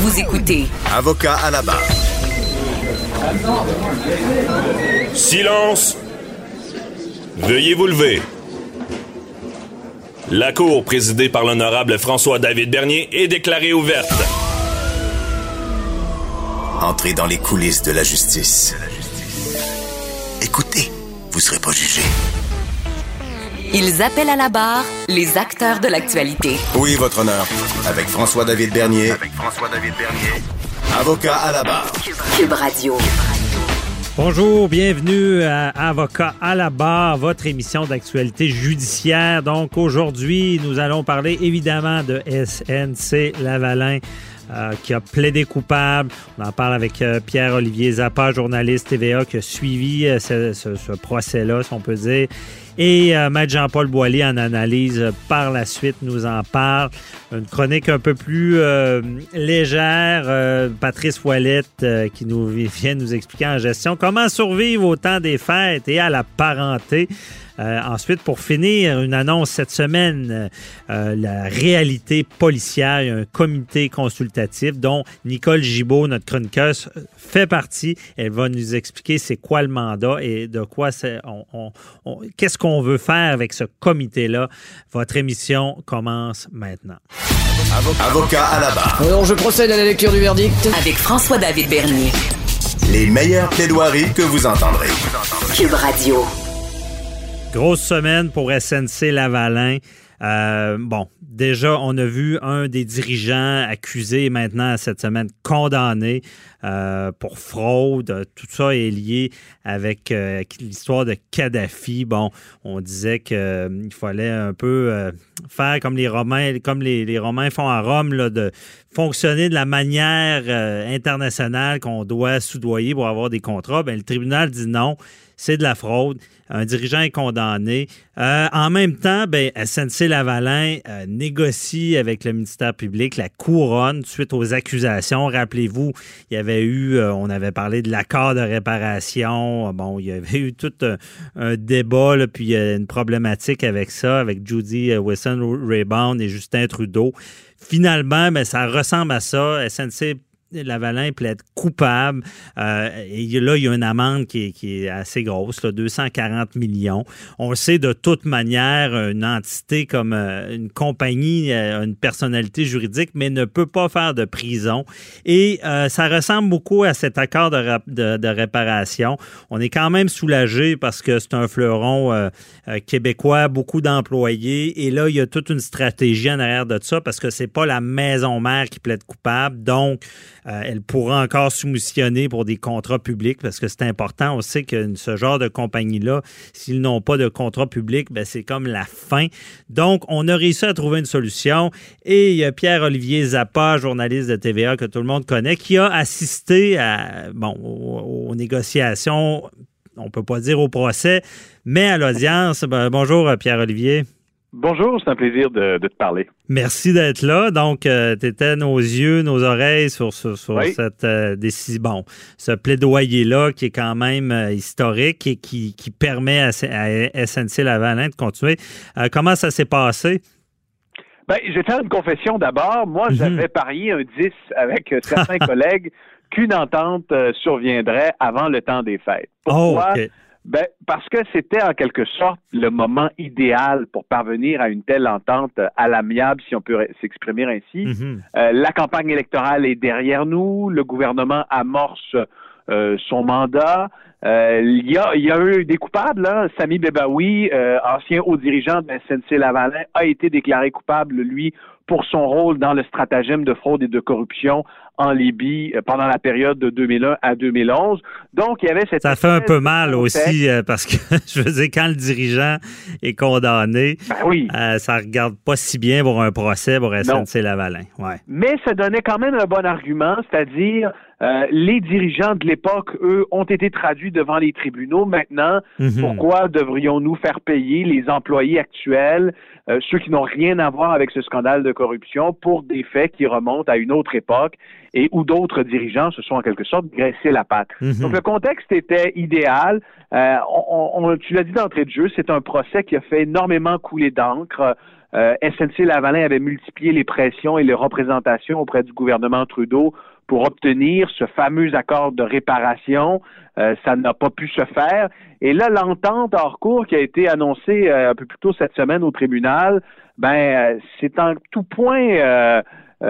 Vous écoutez Avocat à la barre. Silence! Veuillez vous lever. La Cour, présidée par l'honorable François-David Bernier, est déclarée ouverte. Entrez dans les coulisses de la justice. Écoutez, vous serez pas jugé. Ils appellent à la barre les acteurs de l'actualité. Oui, votre honneur. Avec François-David Bernier. Avocat à la barre. Cube Radio. Bonjour, bienvenue à Avocat à la barre, votre émission d'actualité judiciaire. Donc aujourd'hui, nous allons parler évidemment de SNC-Lavalin qui a plaidé coupable. On en parle avec Pierre-Olivier Zappa, journaliste TVA qui a suivi ce procès-là, si on peut dire. Et Maître Jean-Paul Boilly en analyse par la suite nous en parle. Une chronique un peu plus légère. Patrice Ouellette qui vient nous expliquer en gestion comment survivre au temps des fêtes et à la parenté. Ensuite, pour finir, une annonce cette semaine, la réalité policière, il y a un comité consultatif dont Nicole Gibault, notre chroniqueuse, fait partie. Elle va nous expliquer c'est quoi le mandat et de quoi qu'est-ce qu'on veut faire avec ce comité-là. Votre émission commence maintenant. Avocat à la barre. Alors, je procède à la lecture du verdict. Avec François-David Bernier. Les meilleures plaidoiries que vous entendrez. Cube Radio. Grosse semaine pour SNC-Lavalin. Déjà, on a vu un des dirigeants accusé maintenant cette semaine condamné pour fraude. Tout ça est lié avec l'histoire de Kadhafi. Bon, on disait qu'il fallait un peu faire comme les Romains, les Romains font à Rome, là, de fonctionner de la manière internationale qu'on doit soudoyer pour avoir des contrats. Bien, le tribunal dit non. C'est de la fraude. Un dirigeant est condamné. En même temps, SNC-Lavalin négocie avec le ministère public la couronne suite aux accusations. Rappelez-vous, il y avait eu, on avait parlé de l'accord de réparation. Bon, il y avait eu tout un débat, là, puis une problématique avec ça, avec Judy Wilson-Raybould et Justin Trudeau. Finalement, ça ressemble à ça. SNC-Lavalin plaide coupable. Et là, il y a une amende qui est assez grosse, là, 240 millions. On le sait de toute manière, une entité comme une compagnie, une personnalité juridique, mais ne peut pas faire de prison. Et ça ressemble beaucoup à cet accord de réparation. On est quand même soulagé parce que c'est un fleuron québécois, beaucoup d'employés. Et là, il y a toute une stratégie en arrière de ça parce que c'est pas la maison mère qui plaide coupable. Donc, elle pourra encore soumissionner pour des contrats publics parce que c'est important. On sait que ce genre de compagnie-là, s'ils n'ont pas de contrat public, c'est comme la fin. Donc, on a réussi à trouver une solution. Et il y a Pierre-Olivier Zappa, journaliste de TVA que tout le monde connaît, qui a assisté aux négociations, on ne peut pas dire au procès, mais à l'audience. Bonjour Pierre-Olivier. Bonjour, c'est un plaisir de te parler. Merci d'être là. Donc, tu étais nos yeux, nos oreilles sur oui. Cette décision, ce plaidoyer-là qui est quand même historique et qui permet à SNC-Lavalin de continuer. Comment ça s'est passé? Je vais faire une confession d'abord. Moi, j'avais parié un 10 avec certains collègues qu'une entente surviendrait avant le temps des fêtes. Pourquoi? Oh, okay. Parce que c'était en quelque sorte le moment idéal pour parvenir à une telle entente à l'amiable, si on peut s'exprimer ainsi. La campagne électorale est derrière nous, le gouvernement amorce son mandat. Il y a eu des coupables, là. Sami Bebaoui, ancien haut dirigeant de SNC-Lavalin, a été déclaré coupable, lui, pour son rôle dans le stratagème de fraude et de corruption en Libye pendant la période de 2001 à 2011. Donc, il y avait cette... Ça fait un peu mal aussi, parce que, je veux dire, quand le dirigeant est condamné, ça regarde pas si bien pour un procès pour SNC-Lavalin. Ouais. Mais ça donnait quand même un bon argument, c'est-à-dire les dirigeants de l'époque, eux, ont été traduits devant les tribunaux. Maintenant, pourquoi devrions-nous faire payer les employés actuels, ceux qui n'ont rien à voir avec ce scandale de corruption pour des faits qui remontent à une autre époque et où d'autres dirigeants se sont en quelque sorte graissés la patte. Donc le contexte était idéal. Tu l'as dit d'entrée de jeu, c'est un procès qui a fait énormément couler d'encre. SNC-Lavalin avait multiplié les pressions et les représentations auprès du gouvernement Trudeau pour obtenir ce fameux accord de réparation. Ça n'a pas pu se faire. Et là, l'entente hors cours qui a été annoncée un peu plus tôt cette semaine au tribunal, c'est en tout point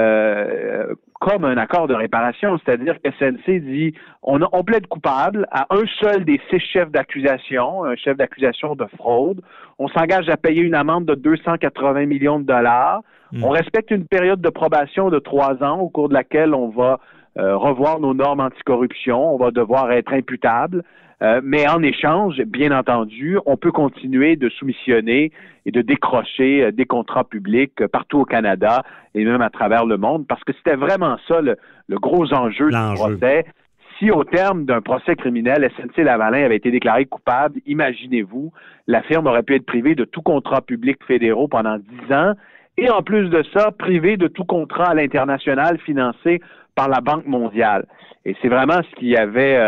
comme un accord de réparation. C'est-à-dire que SNC dit on plaide coupable à un seul des 6 chefs d'accusation, un chef d'accusation de fraude. On s'engage à payer une amende de 280 millions de dollars. On respecte une période de probation de 3 ans au cours de laquelle on va revoir nos normes anticorruption. On va devoir être imputable. Mais en échange, bien entendu, on peut continuer de soumissionner et de décrocher des contrats publics partout au Canada et même à travers le monde, parce que c'était vraiment ça le gros enjeu du procès. Si au terme d'un procès criminel, SNC-Lavalin avait été déclaré coupable, imaginez-vous, la firme aurait pu être privée de tout contrat public fédéraux pendant 10 ans et en plus de ça, privée de tout contrat à l'international financé par la Banque mondiale. Et c'est vraiment ce qui avait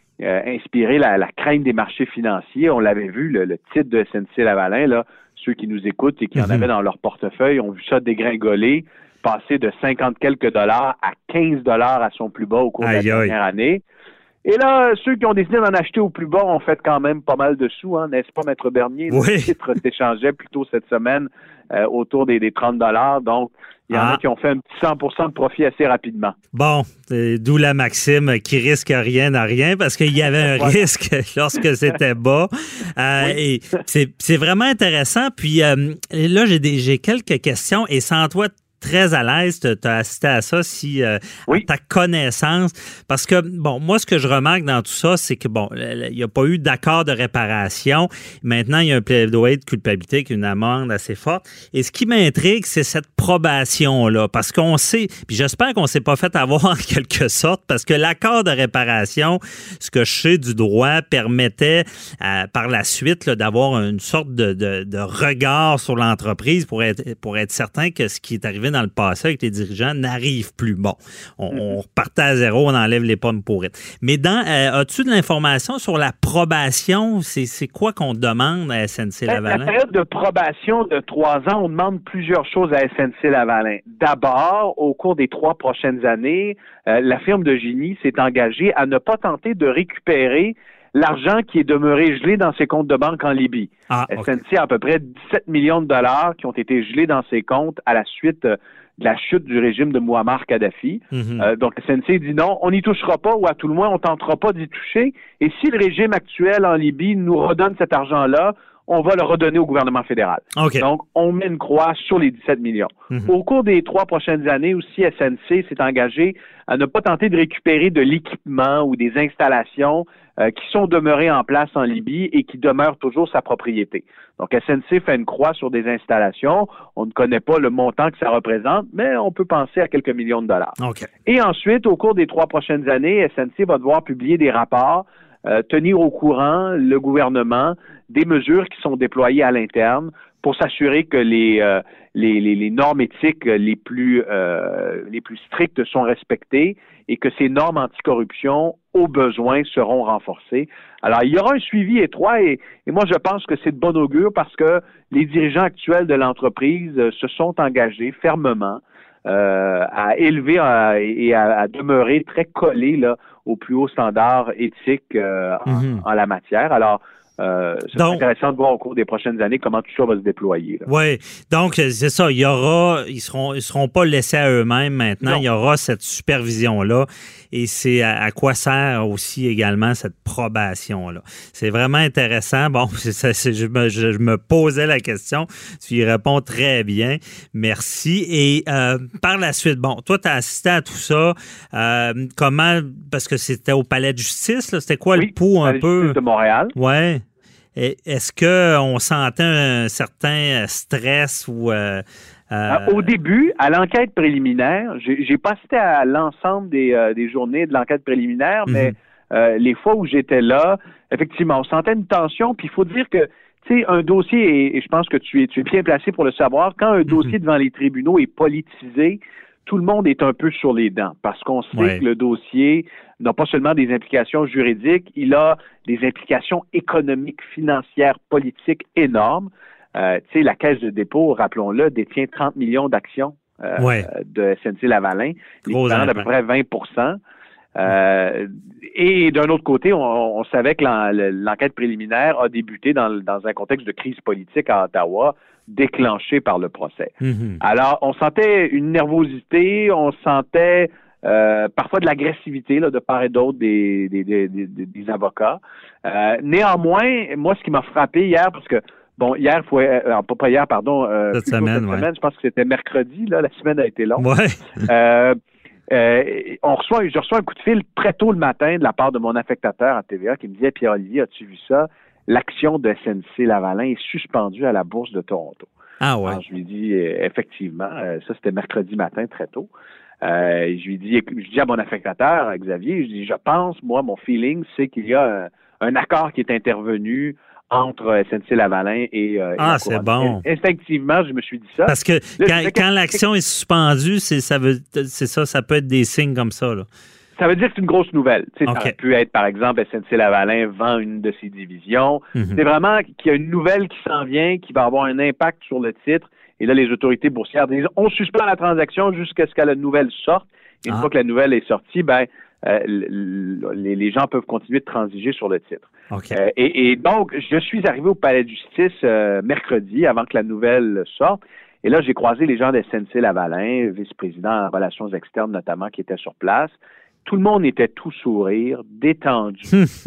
inspiré la crainte des marchés financiers. On l'avait vu, le titre de SNC-Lavalin, là, ceux qui nous écoutent et qui en avaient dans leur portefeuille ont vu ça dégringoler, passer de 50 quelques dollars à 15 dollars à son plus bas au cours de la dernière année. Et là, ceux qui ont décidé d'en acheter au plus bas ont fait quand même pas mal de sous, hein, n'est-ce pas, Maître Bernier? Le titre s'échangeait plutôt cette semaine autour des 30 dollars. Donc, il y en a qui ont fait un petit 100% de profit assez rapidement. Bon, d'où la maxime qui risque rien n'a rien, parce qu'il y avait un risque lorsque c'était bas. Et c'est vraiment intéressant. Puis là, j'ai quelques questions et sans toi très à l'aise, tu as assisté à ça, si à ta connaissance. Parce que, bon, moi, ce que je remarque dans tout ça, c'est que, bon, il n'y a pas eu d'accord de réparation. Maintenant, il y a un plaidoyer de culpabilité avec une amende assez forte. Et ce qui m'intrigue, c'est cette probation-là. Parce qu'on sait, puis j'espère qu'on ne s'est pas fait avoir en quelque sorte, parce que l'accord de réparation, ce que je sais du droit, permettait par la suite là, d'avoir une sorte de regard sur l'entreprise pour être certain que ce qui est arrivé dans le passé avec les dirigeants n'arrive plus. Bon, on repartait à zéro, on enlève les pommes pourrites. Mais as-tu de l'information sur la probation? C'est quoi qu'on demande à SNC-Lavalin? La période de probation de 3 ans, on demande plusieurs choses à SNC-Lavalin. D'abord, au cours des 3 prochaines années, la firme de génie s'est engagée à ne pas tenter de récupérer l'argent qui est demeuré gelé dans ses comptes de banque en Libye. SNC a à peu près 17 millions de dollars qui ont été gelés dans ses comptes à la suite de la chute du régime de Mouammar Kadhafi. Donc, SNC dit non, on n'y touchera pas, ou à tout le moins, on ne tentera pas d'y toucher. Et si le régime actuel en Libye nous redonne cet argent-là, on va le redonner au gouvernement fédéral. Donc, on met une croix sur les 17 millions. Au cours des 3 prochaines années aussi, SNC s'est engagé à ne pas tenter de récupérer de l'équipement ou des installations qui sont demeurées en place en Libye et qui demeurent toujours sa propriété. Donc, SNC fait une croix sur des installations. On ne connaît pas le montant que ça représente, mais on peut penser à quelques millions de dollars. Et ensuite, au cours des 3 prochaines années, SNC va devoir publier des rapports, tenir au courant le gouvernement des mesures qui sont déployées à l'interne pour s'assurer que les normes éthiques les plus strictes sont respectées et que ces normes anticorruption, au besoin, seront renforcées. Alors, il y aura un suivi étroit et moi, je pense que c'est de bon augure parce que les dirigeants actuels de l'entreprise se sont engagés fermement à élever et à demeurer très collés là, aux plus hauts standards éthiques en la matière. Alors, c'est intéressant de voir au cours des prochaines années comment tout ça va se déployer. Oui, donc c'est ça, ils seront pas laissés à eux-mêmes maintenant, il y aura cette supervision-là et c'est à quoi sert aussi également cette probation-là. C'est vraiment intéressant. Bon, je me posais la question, tu y réponds très bien, merci. Et par la suite, bon, toi tu as assisté à tout ça, comment, parce que c'était au Palais de justice, là, c'était quoi le pouls un peu? Justice de Montréal. Ouais. Est-ce qu'on sentait un certain stress ou... Au début, à l'enquête préliminaire, j'ai pas assisté à l'ensemble des journées de l'enquête préliminaire, mais les fois où j'étais là, effectivement, on sentait une tension, puis il faut dire que tu sais, un dossier, et je pense que tu es bien placé pour le savoir, quand un dossier devant les tribunaux est politisé, tout le monde est un peu sur les dents parce qu'on sait que le dossier n'a pas seulement des implications juridiques, il a des implications économiques, financières, politiques énormes. Tu sais, la Caisse de dépôt, rappelons-le, détient 30 millions d'actions de SNC-Lavalin, l'équivalent d'à peu près 20%. Et d'un autre côté, on savait que l'enquête préliminaire a débuté dans un contexte de crise politique à Ottawa, déclenché par le procès. Alors, on sentait une nervosité, on sentait parfois de l'agressivité là, de part et d'autre des avocats. Néanmoins, moi, ce qui m'a frappé hier, parce que bon, hier, pas hier, pardon, cette semaine, je pense que c'était mercredi, là, la semaine a été longue. Je reçois un coup de fil très tôt le matin de la part de mon affectateur à TVA qui me disait « Pierre-Olivier, as-tu vu ça? L'action de SNC-Lavalin est suspendue à la Bourse de Toronto. » Alors, je lui dis effectivement, ça c'était mercredi matin très tôt. Je dis à mon affectateur, Xavier, je pense, moi, mon feeling, c'est qu'il y a un accord qui est intervenu entre SNC-Lavalin et la c'est Couronne. bon. Instinctivement, je me suis dit ça. Parce que quand l'action est suspendue, ça peut être des signes comme ça, là. Ça veut dire que c'est une grosse nouvelle. Ça aurait pu être, par exemple, SNC-Lavalin vend une de ses divisions. C'est vraiment qu'il y a une nouvelle qui s'en vient, qui va avoir un impact sur le titre. Et là, les autorités boursières disent on suspend la transaction jusqu'à ce que la nouvelle sorte. Et une fois que la nouvelle est sortie, les gens peuvent continuer de transiger sur le titre. Et donc, je suis arrivé au palais de justice mercredi, avant que la nouvelle sorte. Et là, j'ai croisé les gens de SNC-Lavalin, vice-président en relations externes notamment, qui étaient sur place. Tout le monde était tout sourire, détendu.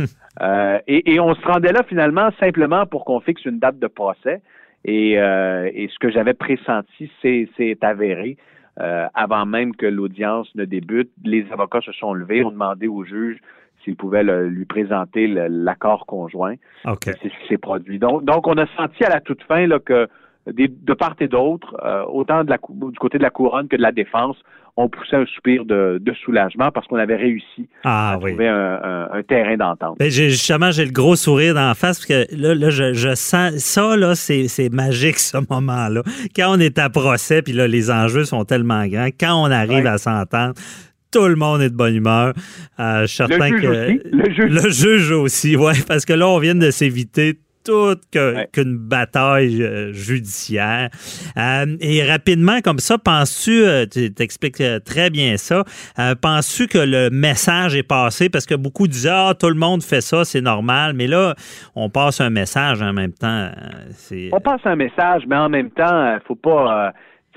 Et on se rendait là finalement simplement pour qu'on fixe une date de procès. Et ce que j'avais pressenti, c'est avéré. Avant même que l'audience ne débute, les avocats se sont levés, ont demandé au juge s'il pouvait lui présenter l'accord conjoint. C'est ce qui s'est produit. Donc, on a senti à la toute fin là, que de part et d'autre, autant du côté de la couronne que de la défense, on poussait un soupir de soulagement parce qu'on avait réussi à trouver un terrain d'entente. Justement, j'ai le gros sourire d'en face parce que là je sens ça, là, c'est magique ce moment-là. Quand on est à procès, puis là, les enjeux sont tellement grands, quand on arrive à s'entendre, tout le monde est de bonne humeur. Je suis certain le juge aussi, parce que là, on vient de s'éviter qu'une bataille judiciaire. Et rapidement, comme ça, tu t'expliques très bien ça, penses-tu que le message est passé? Parce que beaucoup disaient, tout le monde fait ça, c'est normal, mais là, on passe un message en même temps. On passe un message, mais en même temps, faut pas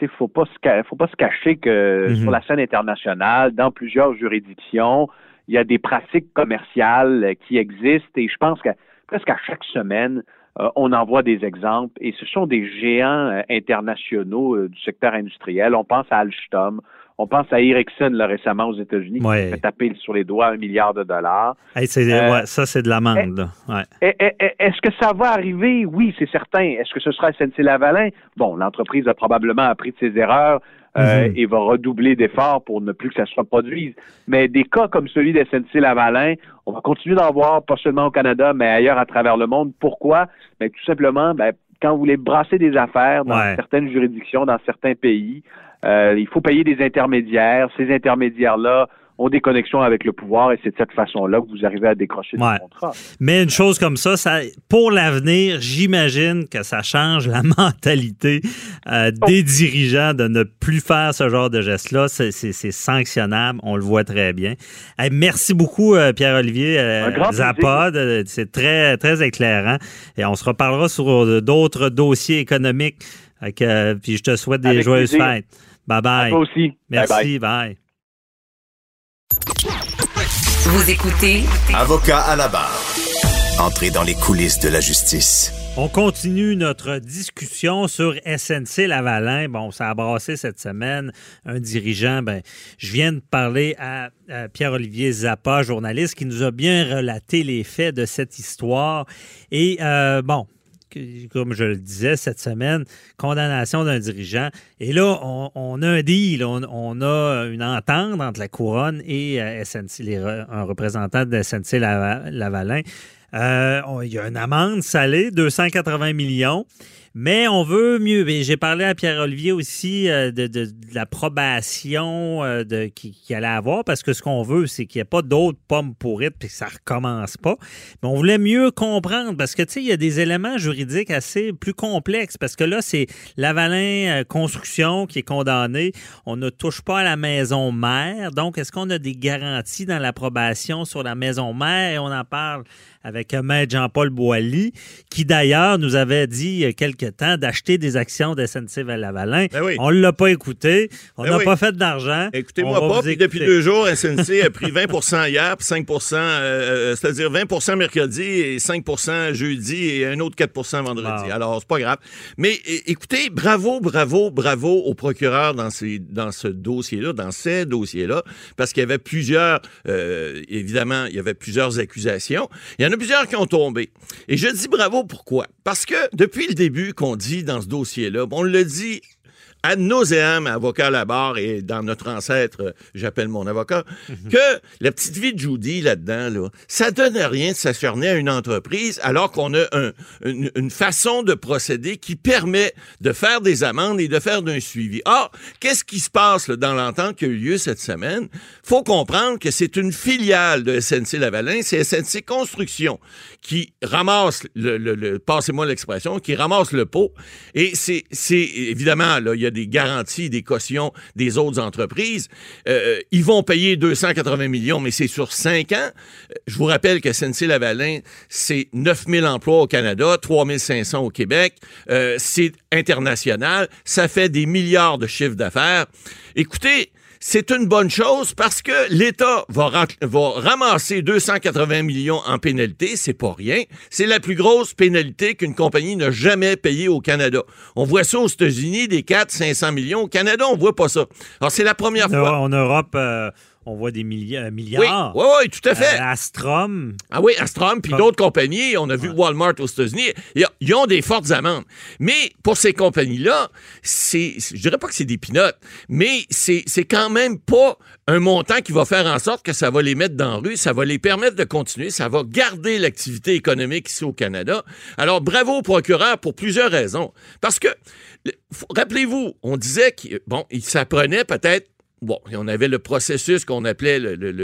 se cacher que sur la scène internationale, dans plusieurs juridictions, il y a des pratiques commerciales qui existent et je pense que presque à chaque semaine, on en voit des exemples et ce sont des géants internationaux du secteur industriel. On pense à Alstom, on pense à Ericsson là, récemment aux États-Unis qui s'est fait taper sur les doigts $1 milliard. Ça, c'est de l'amende. Est-ce que ça va arriver? Oui, c'est certain. Est-ce que ce sera SNC-Lavalin? Bon, l'entreprise a probablement appris de ses erreurs et va redoubler d'efforts pour ne plus que ça se reproduise. Mais des cas comme celui de SNC-Lavalin, on va continuer d'en voir, pas seulement au Canada, mais ailleurs à travers le monde. Pourquoi? Tout simplement, quand vous voulez brasser des affaires dans certaines juridictions, dans certains pays, il faut payer des intermédiaires. Ces intermédiaires-là ont des connexions avec le pouvoir et c'est de cette façon-là que vous arrivez à décrocher des contrats. Mais une chose comme ça, pour l'avenir, j'imagine que ça change la mentalité des dirigeants de ne plus faire ce genre de geste-là. C'est sanctionnable, on le voit très bien. Merci beaucoup, Pierre-Olivier Zappa. C'est très, très éclairant. Et on se reparlera sur d'autres dossiers économiques. Puis je te souhaite des joyeuses fêtes. Bye-bye. À toi aussi. Merci, bye. Vous écoutez Avocat à la barre. Entrez dans les coulisses de la justice. On continue notre discussion sur SNC-Lavalin. Bon, ça a brassé cette semaine un dirigeant. Je viens de parler à Pierre-Olivier Zappa, journaliste, qui nous a bien relaté les faits de cette histoire. Et comme je le disais cette semaine, condamnation d'un dirigeant. Et là, on a un deal, on a une entente entre la Couronne et SNC, un représentant de SNC-Lavalin. il y a une amende salée, 280 millions. Mais on veut mieux. Et j'ai parlé à Pierre-Olivier aussi de l'approbation qu'il allait avoir, parce que ce qu'on veut, c'est qu'il n'y ait pas d'autres pommes pourrites et que ça ne recommence pas. Mais on voulait mieux comprendre, parce que, tu sais, il y a des éléments juridiques assez plus complexes, parce que là, c'est Lavalin Construction qui est condamné. On ne touche pas à la maison mère. Donc, est-ce qu'on a des garanties dans l'approbation sur la maison mère? Et on en parle avec Maître Jean-Paul Boilly, qui d'ailleurs nous avait dit il y a quelque temps d'acheter des actions de SNC-Lavalin. Ben oui. On ne l'a pas écouté. On n'a pas fait d'argent. Écoutez-moi pas. Puis depuis 2 jours, SNC a pris 20 hier, puis 5 c'est-à-dire 20 mercredi et 5 jeudi et un autre 4 vendredi. Wow. Alors, c'est pas grave. Mais écoutez, bravo au procureur dans ces dossiers-là, parce qu'il y avait plusieurs, évidemment, il y avait plusieurs accusations. Il y en a plusieurs qui ont tombé. Et je dis bravo, pourquoi? Parce que depuis le début qu'on dit dans ce dossier-là, on le dit ad nauseam, avocat à la barre et dans notre ancêtre, j'appelle mon avocat, que la petite vie de Judy là-dedans, là, ça donne rien de s'acharner à une entreprise alors qu'on a une façon de procéder qui permet de faire des amendes et de faire d'un suivi. Or, qu'est-ce qui se passe là, dans l'entente qui a eu lieu cette semaine? Faut comprendre que c'est une filiale de SNC-Lavalin, c'est SNC Construction qui ramasse passez-moi l'expression, qui ramasse le pot. Et c'est évidemment, là, il y a des garanties, des cautions des autres entreprises. Ils vont payer 280 millions, mais c'est sur 5 ans. Je vous rappelle que SNC-Lavalin, c'est 9 000 emplois au Canada, 3 500 au Québec. C'est international. Ça fait des milliards de chiffres d'affaires. Écoutez, c'est une bonne chose parce que l'État va ramasser 280 millions en pénalité, c'est pas rien. C'est la plus grosse pénalité qu'une compagnie n'a jamais payée au Canada. On voit ça aux États-Unis, des 400-500 millions. Au Canada, on voit pas ça. Alors, c'est la première fois. En Europe, on voit des milliards. Oui, tout à fait. Astrom. Ah oui, Astrom, puis d'autres compagnies. On a vu Walmart aux États-Unis. Ils ont des fortes amendes. Mais pour ces compagnies-là, je dirais pas que c'est des pinottes, mais c'est quand même pas un montant qui va faire en sorte que ça va les mettre dans la rue, ça va les permettre de continuer, ça va garder l'activité économique ici au Canada. Alors, bravo au procureur pour plusieurs raisons. Parce que, rappelez-vous, on disait qu'il s'apprenait peut-être. Bon, on avait le processus qu'on appelait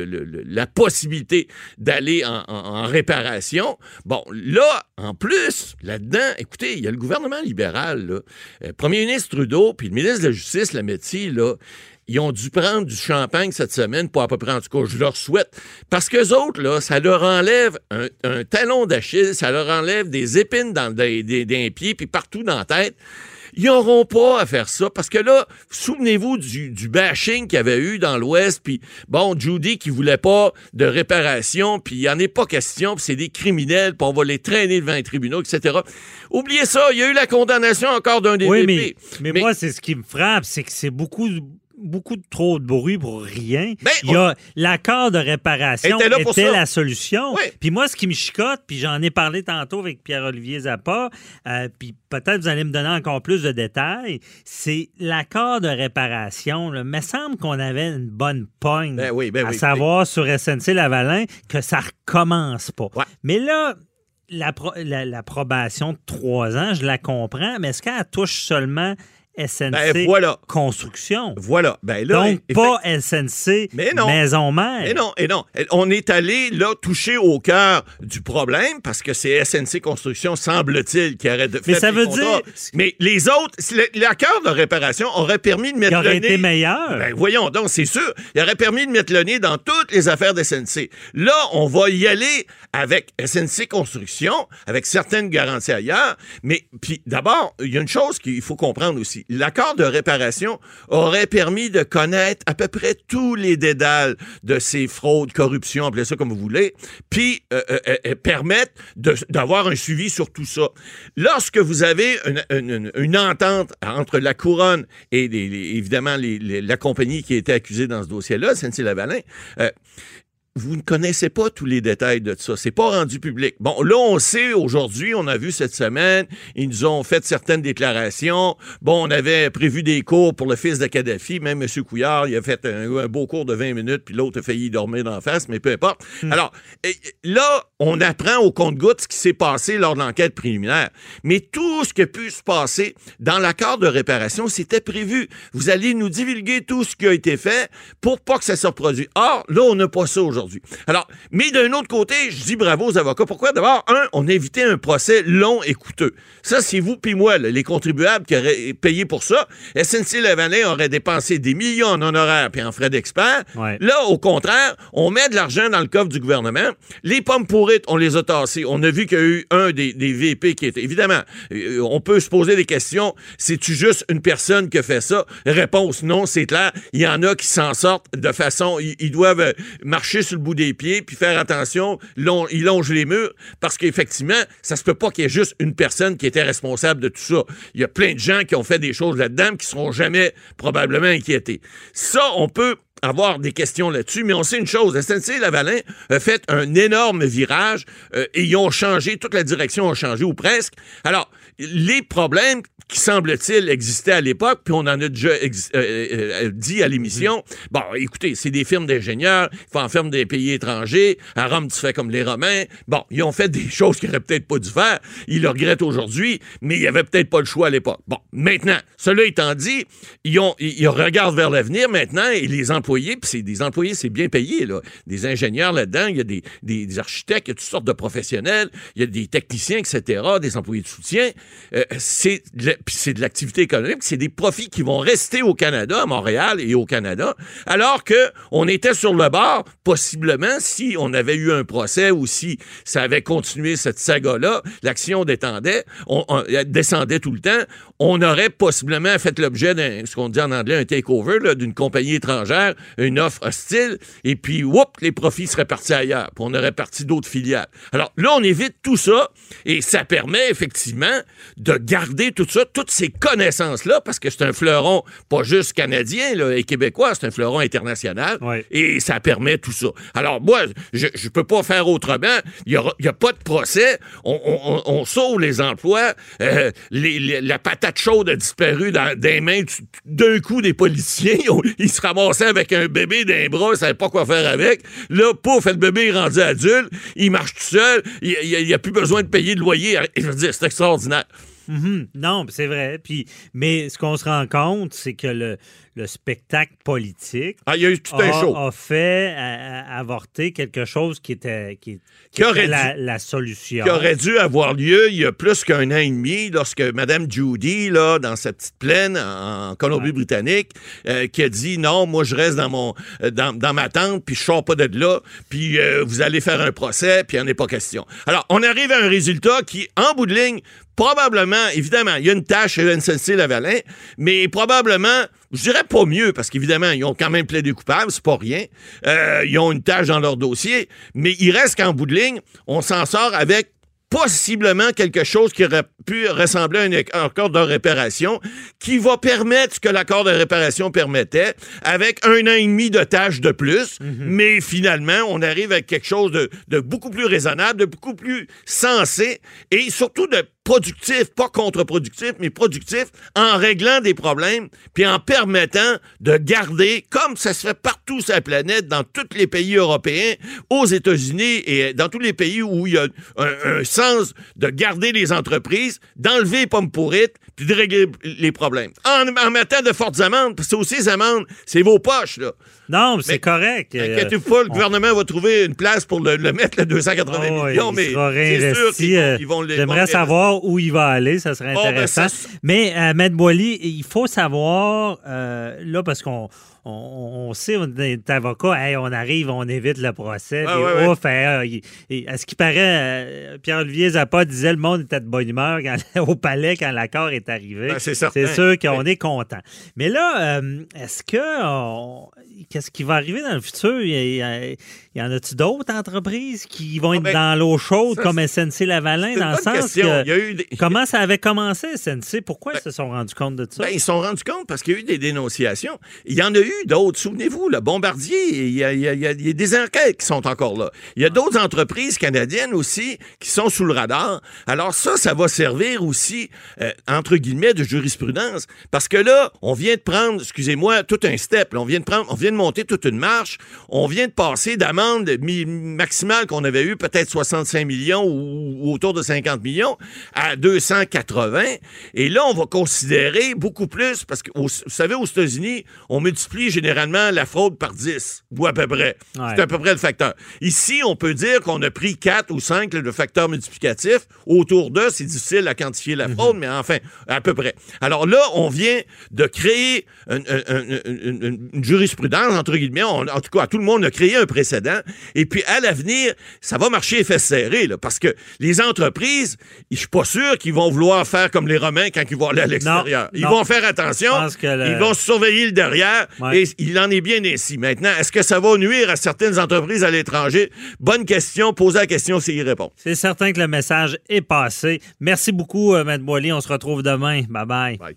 la possibilité d'aller en réparation. Bon, là, en plus, là-dedans, écoutez, il y a le gouvernement libéral, là. Le premier ministre Trudeau puis le ministre de la Justice, Lametti, là, ils ont dû prendre du champagne cette semaine pour à peu près, en tout cas, je leur souhaite. Parce qu'eux autres, là, ça leur enlève un talon d'Achille, ça leur enlève des épines dans des pieds puis partout dans la tête. Ils n'auront pas à faire ça, parce que là, souvenez-vous du bashing qu'il y avait eu dans l'Ouest, puis bon, Judy qui voulait pas de réparation, puis il n'y en est pas question, puis c'est des criminels, puis on va les traîner devant les tribunaux, etc. Oubliez ça, il y a eu la condamnation encore d'un DDP. Oui, mais moi, c'est ce qui me frappe, c'est que c'est beaucoup trop de bruit pour rien. L'accord de réparation était la solution. Oui. Puis moi, ce qui me chicote, puis j'en ai parlé tantôt avec Pierre-Olivier Zappa, puis peut-être vous allez me donner encore plus de détails, c'est l'accord de réparation. Il me semble qu'on avait une bonne pogne, à savoir sur SNC-Lavalin, que ça recommence pas. Ouais. Mais là, l'approbation de 3 ans, je la comprends, mais est-ce qu'elle touche seulement SNC Construction? Voilà. Donc, pas SNC Maison Mère. Et non. On est allé, là, toucher au cœur du problème, parce que c'est SNC Construction, semble-t-il, qui aurait fait ça veut contrats. dire... Mais les autres, l'accord de réparation aurait permis de mettre le nez... Il aurait été meilleur. Voyons donc, c'est sûr. Il aurait permis de mettre le nez dans toutes les affaires de SNC. Là, on va y aller avec SNC Construction, avec certaines garanties ailleurs. Mais, puis, d'abord, il y a une chose qu'il faut comprendre aussi. L'accord de réparation aurait permis de connaître à peu près tous les dédales de ces fraudes, corruptions, appelez ça comme vous voulez, puis permettre d'avoir un suivi sur tout ça. Lorsque vous avez une entente entre la Couronne et évidemment la compagnie qui a été accusée dans ce dossier-là, SNC-Lavalin, vous ne connaissez pas tous les détails de ça. C'est pas rendu public. Bon, là, on sait aujourd'hui, on a vu cette semaine, ils nous ont fait certaines déclarations. Bon, on avait prévu des cours pour le fils de Kadhafi. Même M. Couillard, il a fait un beau cours de 20 minutes, puis l'autre a failli dormir d'en face, mais peu importe. Alors, là, on apprend au compte-gouttes ce qui s'est passé lors de l'enquête préliminaire. Mais tout ce qui a pu se passer dans l'accord de réparation, c'était prévu. Vous allez nous divulguer tout ce qui a été fait pour pas que ça se reproduise. Or, là, on n'a pas ça aujourd'hui. Alors, mais d'un autre côté, je dis bravo aux avocats. Pourquoi? D'abord, on a évité un procès long et coûteux. Ça, c'est vous puis moi, là, les contribuables qui auraient payé pour ça. SNC-Lavalin aurait dépensé des millions en honoraires puis en frais d'experts. Ouais. Là, au contraire, on met de l'argent dans le coffre du gouvernement. Les pommes pourrites, on les a tassées. On a vu qu'il y a eu un des VP qui était... Évidemment, on peut se poser des questions. C'est-tu juste une personne qui a fait ça? Réponse, non, c'est clair. Il y en a qui s'en sortent de façon... Ils doivent marcher sur le bout des pieds, puis faire attention, ils longent les murs, parce qu'effectivement, ça se peut pas qu'il y ait juste une personne qui était responsable de tout ça. Il y a plein de gens qui ont fait des choses là-dedans qui seront jamais probablement inquiétés. Ça, on peut avoir des questions là-dessus, mais on sait une chose, SNC-Lavalin a fait un énorme virage et ils ont changé, toute la direction a changé, ou presque. Alors, les problèmes qui, semble-t-il, existaient à l'époque, puis on en a déjà dit à l'émission, bon, écoutez, c'est des firmes d'ingénieurs, il faut en faire des pays étrangers, à Rome, tu fais comme les Romains. Bon, ils ont fait des choses qu'ils n'auraient peut-être pas dû faire, ils le regrettent aujourd'hui, mais il n'y avait peut-être pas le choix à l'époque. Bon, maintenant, cela étant dit, ils regardent vers l'avenir maintenant, et les employés, puis c'est des employés, c'est bien payé, là. Des ingénieurs là-dedans, il y a des architectes, il y a toutes sortes de professionnels, il y a des techniciens, etc., des employés de soutien. C'est de l'activité économique, c'est des profits qui vont rester au Canada, à Montréal et au Canada, alors que on était sur le bord, possiblement, si on avait eu un procès ou si ça avait continué cette saga-là, l'action descendait tout le temps, on aurait possiblement fait l'objet d'un, ce qu'on dit en anglais, un takeover, là, d'une compagnie étrangère, une offre hostile, et puis, les profits seraient partis ailleurs, puis on aurait parti d'autres filiales. Alors là, on évite tout ça, et ça permet effectivement de garder tout ça, toutes ces connaissances-là, parce que c'est un fleuron pas juste canadien là, et québécois, c'est un fleuron international, et ça permet tout ça. Alors moi, je peux pas faire autrement, il y a pas de procès, on sauve les emplois, la patate chaude a disparu dans des mains d'un coup des policiers, ils se ramassaient avec un bébé dans les bras, ils savaient pas quoi faire avec, là, pouf, le bébé est rendu adulte, il marche tout seul, il y a plus besoin de payer de loyer, je veux dire, c'est extraordinaire. Mm-hmm. Non, c'est vrai. Mais ce qu'on se rend compte, c'est que le spectacle politique il y a eu tout un show. A fait avorter quelque chose qui était la solution. Qui aurait dû avoir lieu il y a plus qu'un an et demi, lorsque Mme Judy, là, dans sa petite plaine en Colombie-Britannique, qui a dit non, moi je reste dans ma tente, puis je sors pas de là, puis vous allez faire un procès, puis il n'y en est pas question. Alors, on arrive à un résultat qui, en bout de ligne, probablement, évidemment, il y a une tâche chez SNC-Lavalin, mais probablement, je dirais pas mieux, parce qu'évidemment, ils ont quand même plaidé coupable, c'est pas rien. Ils ont une tâche dans leur dossier, mais il reste qu'en bout de ligne, on s'en sort avec possiblement quelque chose qui aurait pu ressembler à un accord de réparation qui va permettre ce que l'accord de réparation permettait avec 1 an et demi de tâches de plus, mais finalement, on arrive avec quelque chose de beaucoup plus raisonnable, de beaucoup plus sensé et surtout de productif, pas contre-productif, mais productif, en réglant des problèmes, puis en permettant de garder, comme ça se fait partout sur la planète, dans tous les pays européens, aux États-Unis et dans tous les pays où il y a un sens de garder les entreprises, d'enlever les pommes pourrites, puis de régler les problèmes. En mettant de fortes amendes, parce que c'est aussi les amendes, c'est vos poches, là. Non, mais c'est correct. Inquiétez-vous pas, le gouvernement va trouver une place pour le mettre, le 280 millions, mais c'est sûr qu'ils vont les... J'aimerais savoir où il va aller, ça serait intéressant. Mais, Maître Boily, il faut savoir, là, parce qu'on sait, on est avocat, on arrive, on évite le procès. À ce qui paraît, Pierre-Olivier Zappa disait le monde était de bonne humeur au palais quand l'accord est est arrivé, c'est sûr qu'on est content. Mais là, qu'est-ce qui va arriver dans le futur? Il y en a-tu d'autres entreprises qui vont être dans l'eau chaude comme SNC-Lavalin, dans le sens que comment ça avait commencé, SNC? Pourquoi ils se sont rendus compte de ça? Ils se sont rendus compte parce qu'il y a eu des dénonciations. Il y en a eu d'autres. Souvenez-vous, le Bombardier, il y a des enquêtes qui sont encore là. Il y a d'autres entreprises canadiennes aussi qui sont sous le radar. Alors ça va servir aussi, entre guillemets, de jurisprudence. Parce que là, on vient de prendre, excusez-moi, tout un step. Là, on vient de monter toute une marche. On vient de passer d'amende maximale qu'on avait eu, peut-être 65 millions ou autour de 50 millions, à 280. Et là, on va considérer beaucoup plus, parce que, vous savez, aux États-Unis, on multiplie généralement la fraude par 10, ou à peu près. Ouais. C'est à peu près le facteur. Ici, on peut dire qu'on a pris 4 ou 5, le facteur multiplicatif. Autour d'eux, c'est difficile à quantifier la fraude, mais enfin, à peu près. Alors là, on vient de créer une jurisprudence, entre guillemets. En tout cas, tout le monde a créé un précédent. Et puis, à l'avenir, ça va marcher et fesses serrées, là, parce que les entreprises, je suis pas sûr qu'ils vont vouloir faire comme les Romains quand ils vont aller à l'extérieur. Ils vont faire attention, ils vont surveiller le derrière, et il en est bien ainsi. Maintenant, est-ce que ça va nuire à certaines entreprises à l'étranger? Bonne question, posez la question, c'est y répondre. C'est certain que le message est passé. Merci beaucoup, M. Boily. On se retrouve demain. Bye-bye. Bye.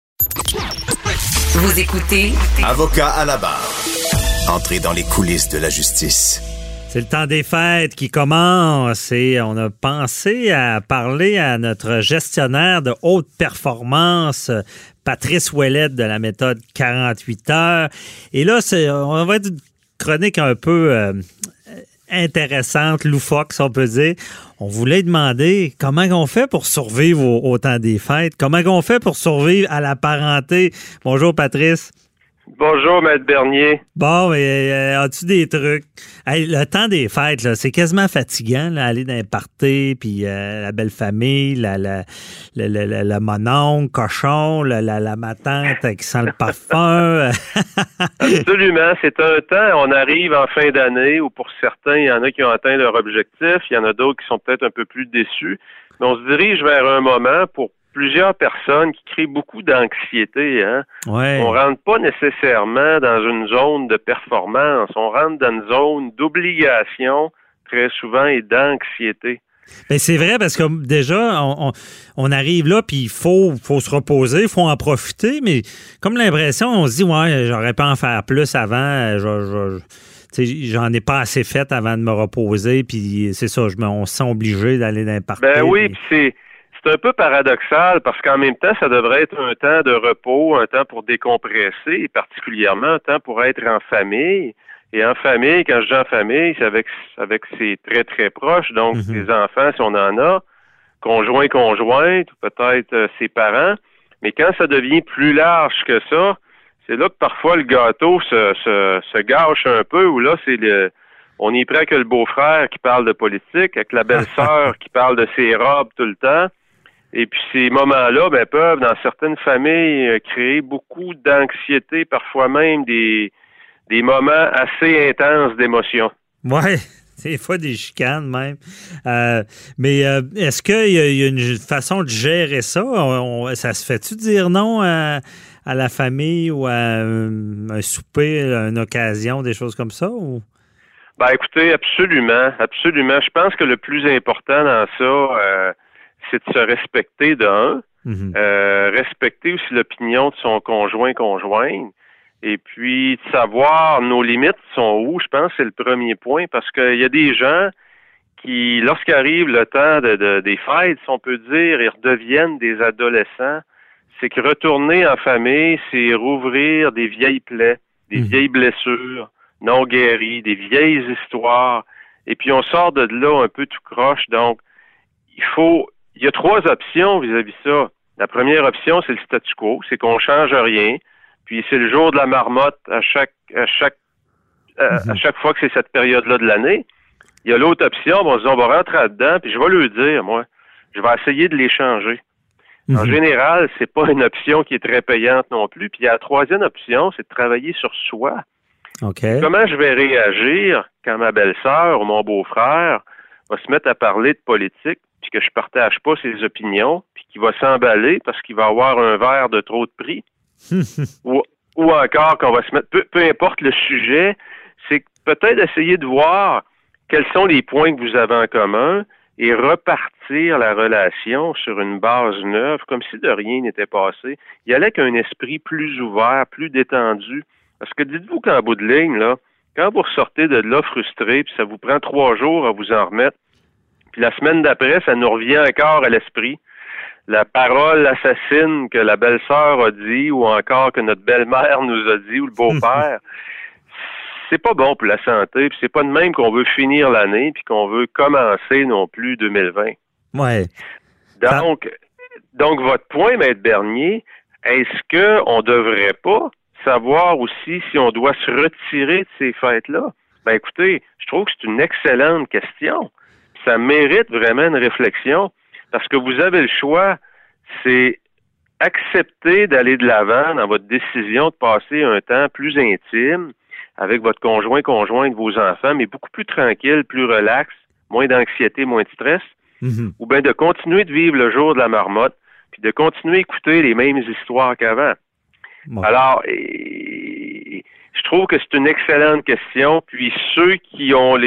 Vous écoutez Avocat à la barre. Entrez dans les coulisses de la justice. C'est le temps des fêtes qui commence et on a pensé à parler à notre gestionnaire de haute performance, Patrice Ouellette de la méthode 48 heures. Et là, on va être une chronique un peu intéressante, loufoque, si on peut dire. On voulait demander comment on fait pour survivre au temps des fêtes, comment on fait pour survivre à la parenté. Bonjour, Patrice. Bonjour, Maître Bernier. Bon, mais as-tu des trucs? Hey, le temps des fêtes, là, c'est quasiment fatigant, là, aller dans les parties, puis la belle famille, le mononcle, cochon, la matante qui sent le parfum. Absolument. C'est un temps, on arrive en fin d'année, où pour certains, il y en a qui ont atteint leur objectif, il y en a d'autres qui sont peut-être un peu plus déçus, mais on se dirige vers un moment pour plusieurs personnes qui créent beaucoup d'anxiété. Hein? Ouais. On rentre pas nécessairement dans une zone de performance, on rentre dans une zone d'obligation très souvent et d'anxiété. Ben c'est vrai parce que déjà, on arrive là puis il faut se reposer, il faut en profiter, mais comme l'impression, on se dit, ouais, j'aurais pas en faire plus avant, j'en ai pas assez fait avant de me reposer, puis c'est ça, on se sent obligé d'aller dans les parties. Ben oui, puis c'est un peu paradoxal parce qu'en même temps, ça devrait être un temps de repos, un temps pour décompresser, et particulièrement un temps pour être en famille. Et en famille, quand je dis en famille, c'est avec ses très, très proches, donc ses enfants, si on en a, conjoints, conjointes, ou peut-être ses parents. Mais quand ça devient plus large que ça, c'est là que parfois le gâteau se gâche un peu, où là, on y prend que le beau-frère qui parle de politique, avec la belle-sœur qui parle de ses robes tout le temps. Et puis ces moments-là, peuvent, dans certaines familles, créer beaucoup d'anxiété, parfois même des moments assez intenses d'émotion. Ouais, des fois des chicanes même. Mais est-ce qu'il y a une façon de gérer ça? Ça se fait-tu dire non à la famille ou à un souper, une occasion, des choses comme ça? Ou? Ben écoutez, absolument, absolument. Je pense que le plus important dans ça, c'est de se respecter d'un, respecter aussi l'opinion de son conjointe, et puis de savoir nos limites sont où, je pense que c'est le premier point, parce qu'il y a des gens qui, lorsqu'arrive le temps des fêtes, si on peut dire, ils redeviennent des adolescents, c'est que retourner en famille, c'est rouvrir des vieilles plaies, des vieilles blessures non guéries, des vieilles histoires, et puis on sort de là un peu tout croche, donc il y a 3 options vis-à-vis ça. La première option, c'est le statu quo, c'est qu'on change rien, puis c'est le jour de la marmotte à chaque fois que c'est cette période-là de l'année. Il y a l'autre option, on va rentrer là-dedans, puis je vais leur dire, moi, je vais essayer de les changer. En général, c'est pas une option qui est très payante non plus. Puis la troisième option, c'est de travailler sur soi. Okay. Comment je vais réagir quand ma belle-sœur ou mon beau-frère va se mettre à parler de politique, puis que je partage pas ses opinions, puis qu'il va s'emballer parce qu'il va avoir un verre de trop de prix. ou encore qu'on va se mettre, peu importe le sujet, c'est peut-être essayer de voir quels sont les points que vous avez en commun et repartir la relation sur une base neuve, comme si de rien n'était passé. Il y allait qu'un esprit plus ouvert, plus détendu. Parce que dites-vous qu'en bout de ligne, là, quand vous ressortez de là frustré, puis ça vous prend 3 jours à vous en remettre, puis la semaine d'après, ça nous revient encore à l'esprit. La parole assassine que la belle-sœur a dit, ou encore que notre belle-mère nous a dit, ou le beau-père, c'est pas bon pour la santé, puis c'est pas de même qu'on veut finir l'année, puis qu'on veut commencer non plus 2020. Ouais. Donc votre point, Maître Bernier, est-ce qu'on devrait pas savoir aussi si on doit se retirer de ces fêtes-là? Ben écoutez, je trouve que c'est une excellente question. Ça mérite vraiment une réflexion, parce que vous avez le choix, c'est accepter d'aller de l'avant dans votre décision de passer un temps plus intime avec votre conjointe, vos enfants, mais beaucoup plus tranquille, plus relax, moins d'anxiété, moins de stress, ou bien de continuer de vivre le jour de la marmotte, puis de continuer à écouter les mêmes histoires qu'avant. Bon. Alors, je trouve que c'est une excellente question, puis ceux qui ont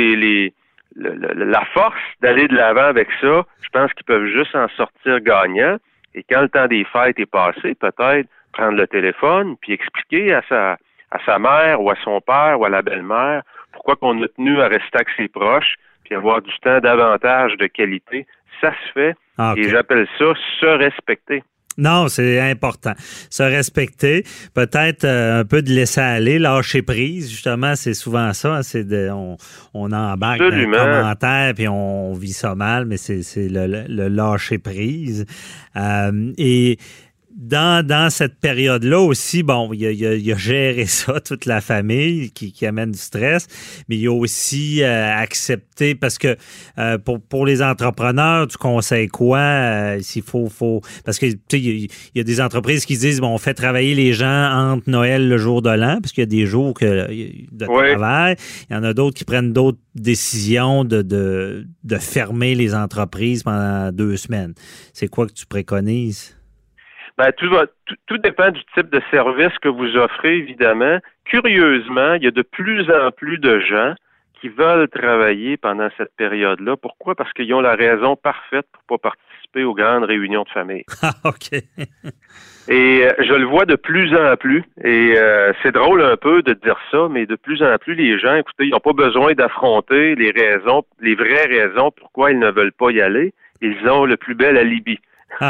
la force d'aller de l'avant avec ça, je pense qu'ils peuvent juste en sortir gagnants, et quand le temps des fêtes est passé, peut-être prendre le téléphone, puis expliquer à sa mère ou à son père ou à la belle-mère pourquoi qu'on a tenu à rester avec ses proches puis avoir du temps davantage de qualité. Ça se fait et j'appelle ça se respecter. Non, c'est important. Se respecter, peut-être un peu de laisser aller, lâcher prise, justement, c'est souvent ça. Hein, on embarque dans les commentaires puis on vit ça mal, mais c'est le lâcher prise. Et dans cette période-là aussi, bon, il y a géré ça, toute la famille qui amène du stress, mais il y a aussi accepté, parce que pour les entrepreneurs, tu conseilles quoi? S'il faut parce que tu sais, il y a des entreprises qui disent, bon, on fait travailler les gens entre Noël, le jour de l'an, parce qu'il y a des jours de travail. Il y en a d'autres qui prennent d'autres décisions de fermer les entreprises pendant 2 semaines. C'est quoi que tu préconises? Ben, tout dépend du type de service que vous offrez, évidemment. Curieusement, il y a de plus en plus de gens qui veulent travailler pendant cette période-là. Pourquoi? Parce qu'ils ont la raison parfaite pour pas participer aux grandes réunions de famille. Ah, OK. Et je le vois de plus en plus. Et c'est drôle un peu de dire ça, mais de plus en plus, les gens, écoutez, ils n'ont pas besoin d'affronter les vraies raisons pourquoi ils ne veulent pas y aller. Ils ont le plus bel alibi.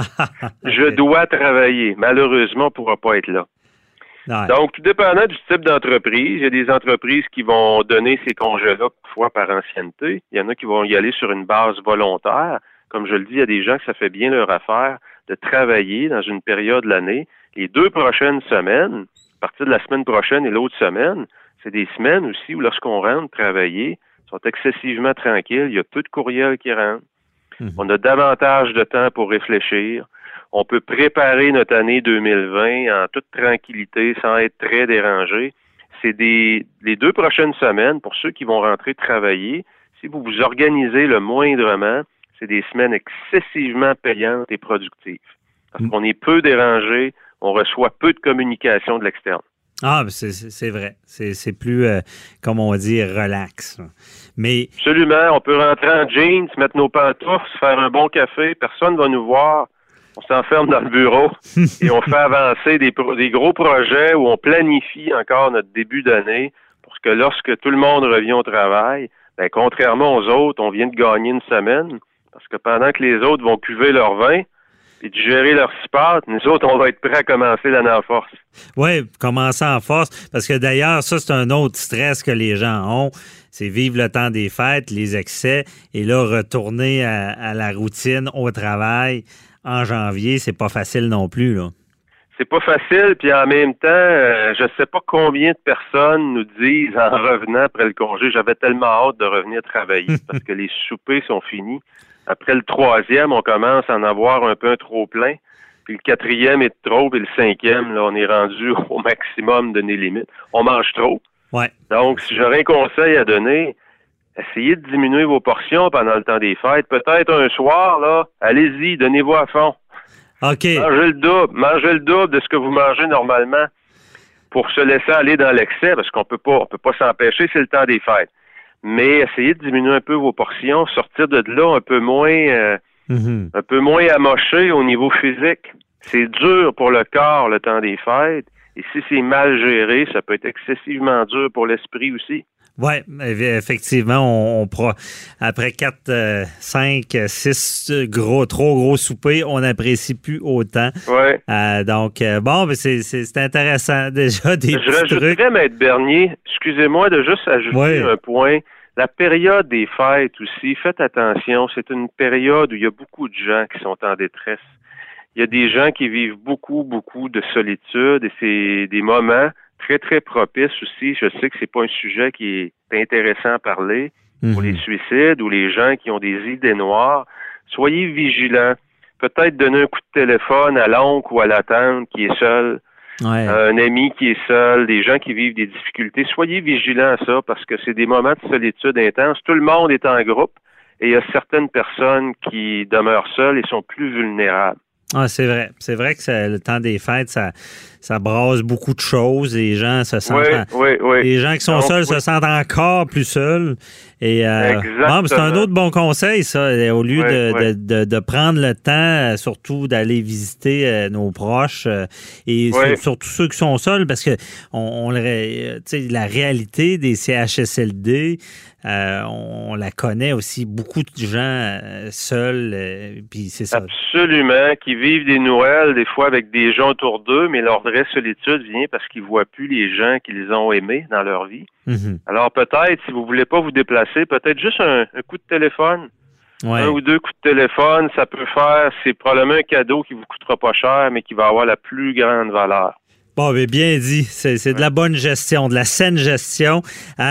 Je dois travailler. Malheureusement, on ne pourra pas être là. Ouais. Donc, tout dépendant du type d'entreprise, il y a des entreprises qui vont donner ces congés-là parfois par ancienneté. Il y en a qui vont y aller sur une base volontaire. Comme je le dis, il y a des gens que ça fait bien leur affaire de travailler dans une période de l'année. Les 2 prochaines semaines, à partir de la semaine prochaine et l'autre semaine, c'est des semaines aussi où lorsqu'on rentre travailler, sont excessivement tranquilles. Il y a peu de courriels qui rentrent. On a davantage de temps pour réfléchir. On peut préparer notre année 2020 en toute tranquillité, sans être très dérangé. C'est les 2 prochaines semaines, pour ceux qui vont rentrer travailler, si vous vous organisez le moindrement, c'est des semaines excessivement payantes et productives. Parce qu'on est peu dérangé, on reçoit peu de communication de l'externe. Ah, c'est vrai. C'est plus, comme on dit, relax. Mais absolument. On peut rentrer en jeans, mettre nos pantoufles, se faire un bon café. Personne ne va nous voir. On s'enferme dans le bureau et on fait avancer des gros projets où on planifie encore notre début d'année pour que lorsque tout le monde revient au travail, ben, contrairement aux autres, on vient de gagner une semaine parce que pendant que les autres vont cuver leur vin et digérer leur sport, nous autres, on va être prêts à commencer l'année en force. Oui, commencer en force, parce que d'ailleurs, ça, c'est un autre stress que les gens ont, c'est vivre le temps des fêtes, les excès, et là, retourner à la routine, au travail, en janvier, c'est pas facile non plus, là. C'est pas facile, puis en même temps, je sais pas combien de personnes nous disent, en revenant après le congé, j'avais tellement hâte de revenir travailler, parce que les soupers sont finis. Après le 3e, on commence à en avoir un peu un trop-plein. Puis le 4e est trop, puis le 5e, là, on est rendu au maximum de nos limites. On mange trop. Ouais. Donc, si j'aurais un conseil à donner, essayez de diminuer vos portions pendant le temps des fêtes. Peut-être un soir, là, allez-y, donnez-vous à fond. OK. Mangez le double de ce que vous mangez normalement pour se laisser aller dans l'excès, parce qu'on peut pas s'empêcher, c'est le temps des fêtes. Mais essayez de diminuer un peu vos portions, sortir de là un peu moins amoché au niveau physique. C'est dur pour le corps le temps des fêtes. Et si c'est mal géré, ça peut être excessivement dur pour l'esprit aussi. Oui, effectivement, on pourra, après 4, 5, 6 trop gros soupers, on n'apprécie plus autant. Oui. Donc, bon, mais c'est intéressant déjà des petits trucs. Je rajouterais, Maître Bernier, excusez-moi de juste ajouter un point. La période des fêtes aussi, faites attention, c'est une période où il y a beaucoup de gens qui sont en détresse. Il y a des gens qui vivent beaucoup, beaucoup de solitude et c'est des moments très, très propices aussi. Je sais que c'est pas un sujet qui est intéressant à parler pour les suicides ou les gens qui ont des idées noires. Soyez vigilants. Peut-être donner un coup de téléphone à l'oncle ou à la tante qui est seul, un ami qui est seul, des gens qui vivent des difficultés. Soyez vigilants à ça parce que c'est des moments de solitude intense. Tout le monde est en groupe et il y a certaines personnes qui demeurent seules et sont plus vulnérables. Ah, c'est vrai. C'est vrai que le temps des fêtes, ça brasse beaucoup de choses. Les gens se sentent. Les gens qui sont seuls se sentent encore plus seuls. Et c'est un autre bon conseil, ça. Au lieu de prendre le temps, surtout d'aller visiter nos proches et surtout ceux qui sont seuls, parce que la réalité des CHSLD, on la connaît aussi, beaucoup de gens seuls, puis c'est ça. Absolument, qui vivent des Noëls, des fois avec des gens autour d'eux, mais leur vraie solitude vient parce qu'ils voient plus les gens qu'ils ont aimés dans leur vie. Alors peut-être, si vous voulez pas vous déplacer, peut-être juste un coup de téléphone. Un ou deux coups de téléphone, ça peut faire, c'est probablement un cadeau qui vous coûtera pas cher, mais qui va avoir la plus grande valeur. Bon, mais bien dit. C'est de la bonne gestion, de la saine gestion.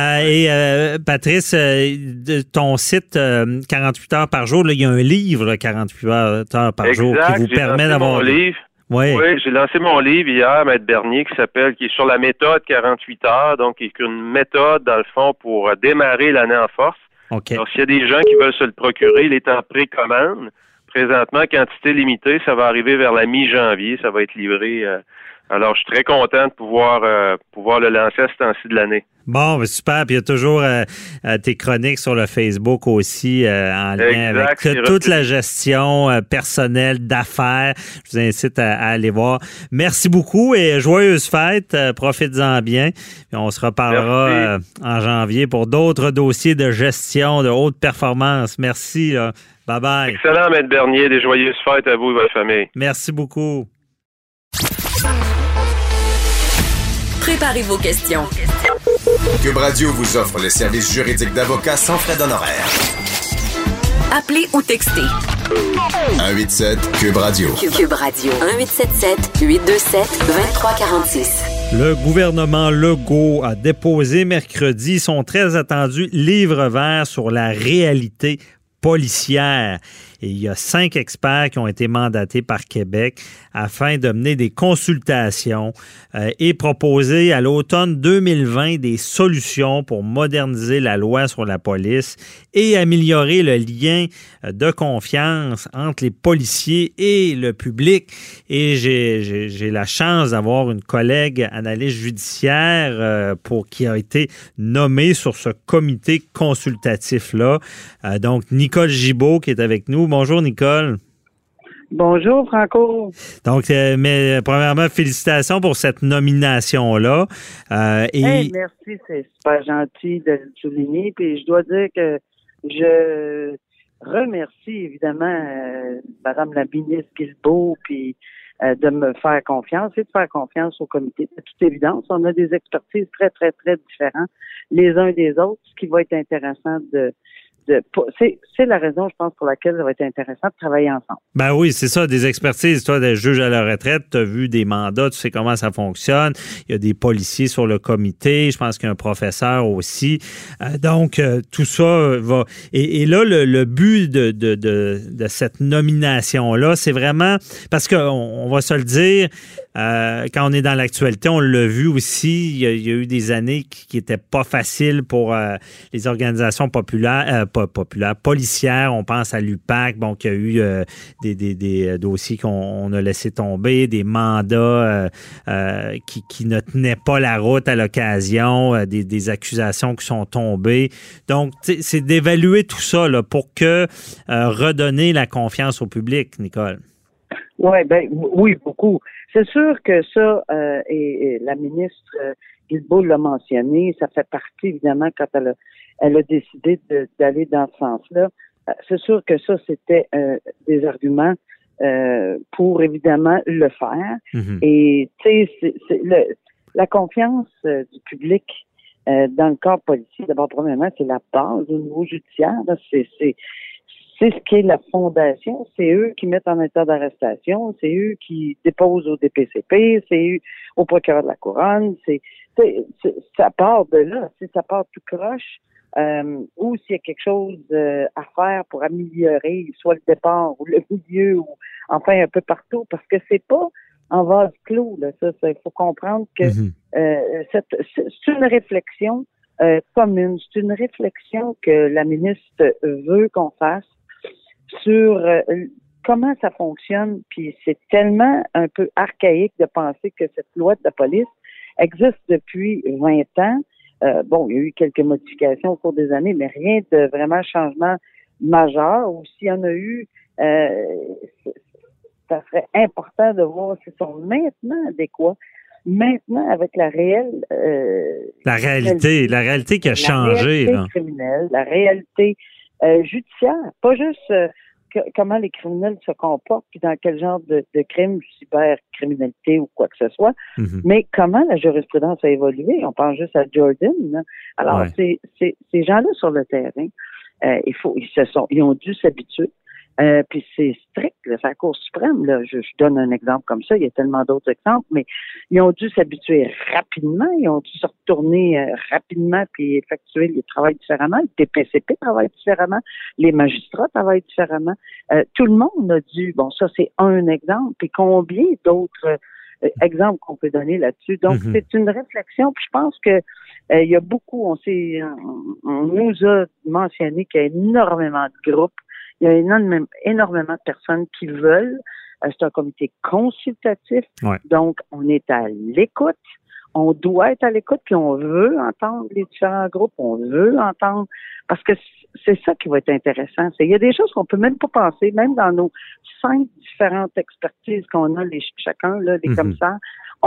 Patrice, ton site 48 heures par jour, là, il y a un livre, 48 heures par jour, qui vous permet d'avoir... Oui, j'ai lancé mon livre hier, Maître Bernier, qui est sur la méthode 48 heures, donc qui est une méthode, dans le fond, pour démarrer l'année en force. Okay. Donc, s'il y a des gens qui veulent se le procurer, il est en précommande. Présentement, quantité limitée, ça va arriver vers la mi-janvier, ça va être livré. Alors, je suis très content de pouvoir le lancer à ce temps-ci de l'année. Bon, ben super. Puis il y a toujours tes chroniques sur le Facebook aussi en lien avec toute la gestion personnelle d'affaires. Je vous incite à aller voir. Merci beaucoup et joyeuses fêtes. Profites-en bien. Puis on se reparlera en janvier pour d'autres dossiers de gestion de haute performance. Merci. Là. Bye-bye. Excellent, Maître Bernier. Des joyeuses fêtes à vous et votre famille. Merci beaucoup. Préparez vos questions. Cube Radio vous offre les services juridiques d'avocats sans frais d'honoraires. Appelez ou textez. 187 Cube Radio. Cube Radio. 1877-827-2346. Le gouvernement Legault a déposé mercredi son très attendu livre vert sur la réalité policière. Et il y a 5 experts qui ont été mandatés par Québec afin de mener des consultations et proposer à l'automne 2020 des solutions pour moderniser la loi sur la police et améliorer le lien de confiance entre les policiers et le public. Et j'ai la chance d'avoir une collègue analyste judiciaire qui a été nommée sur ce comité consultatif-là. Donc, Nicole Gibault qui est avec nous. Bonjour, Nicole. Bonjour, Franco. Donc, mais premièrement, félicitations pour cette nomination-là. Merci, c'est super gentil de le souligner. Puis je dois dire que je remercie évidemment Madame la ministre Guilbeault puis de me faire confiance et de faire confiance au comité. De toute évidence, on a des expertises très, très, très différentes les uns des autres, ce qui va être intéressant c'est la raison, je pense, pour laquelle ça va être intéressant de travailler ensemble. Ben oui, c'est ça, des expertises. Toi, des juges à la retraite, tu as vu des mandats, tu sais comment ça fonctionne. Il y a des policiers sur le comité. Je pense qu'il y a un professeur aussi. Donc, tout ça va... Et là, le but de cette nomination-là, c'est vraiment... Parce qu'on va se le dire, quand on est dans l'actualité, on l'a vu aussi, il y a eu des années qui n'étaient pas faciles pour les organisations policières. On pense à l'UPAC, bon, qu'il y a eu des dossiers qu'on a laissé tomber, des mandats qui ne tenaient pas la route à l'occasion, des accusations qui sont tombées. Donc, c'est d'évaluer tout ça là, pour que redonner la confiance au public, Nicole. Oui, beaucoup. C'est sûr que ça, et la ministre Guilbeault l'a mentionné, ça fait partie, évidemment, quand elle a décidé d'aller dans ce sens-là. C'est sûr que ça, c'était des arguments pour, évidemment, le faire. Mm-hmm. Et, tu sais, la confiance du public dans le corps policier, d'abord, premièrement, c'est la base au niveau judiciaire. Là, c'est ce qui est la fondation. C'est eux qui mettent en état d'arrestation. C'est eux qui déposent au DPCP. C'est eux au procureur de la Couronne. Ça part de là. Ça part tout croche. Ou s'il y a quelque chose à faire pour améliorer soit le départ ou le milieu ou enfin un peu partout. Parce que c'est pas en vase clos. Là, ça, il faut comprendre que c'est une réflexion commune. C'est une réflexion que la ministre veut qu'on fasse sur comment ça fonctionne, puis c'est tellement un peu archaïque de penser que cette loi de la police existe depuis 20 ans. Il y a eu quelques modifications au cours des années, mais rien de vraiment changement majeur. Ou s'il y en a eu, ça serait important de voir s'ils sont maintenant adéquats. Maintenant, avec la réelle... la réalité qui a changé. La réalité criminelle, la réalité judiciaire, pas juste comment les criminels se comportent, puis dans quel genre de crime, cybercriminalité ou quoi que ce soit, mais comment la jurisprudence a évolué. On pense juste à Jordan. Là. Alors, ces gens-là sur le terrain, ils ont dû s'habituer. Puis c'est strict, là, c'est la Cour suprême. Là. Je donne un exemple comme ça, il y a tellement d'autres exemples, mais ils ont dû s'habituer rapidement, ils ont dû se retourner rapidement puis effectuer le travail différemment. Le DPCP travaille différemment, les magistrats travaillent différemment. Tout le monde a dû, ça c'est un exemple, puis combien d'autres exemples qu'on peut donner là-dessus. Donc c'est une réflexion, puis je pense que il y a beaucoup, on nous a mentionné qu'il y a énormément de groupes. Il y a énormément de personnes qui veulent. C'est un comité consultatif. Ouais. Donc, on est à l'écoute. On doit être à l'écoute, puis on veut entendre les différents groupes. On veut entendre, parce que c'est ça qui va être intéressant. Il y a des choses qu'on peut même pas penser, même dans nos 5 différentes expertises qu'on a chacun, là, les commissaires.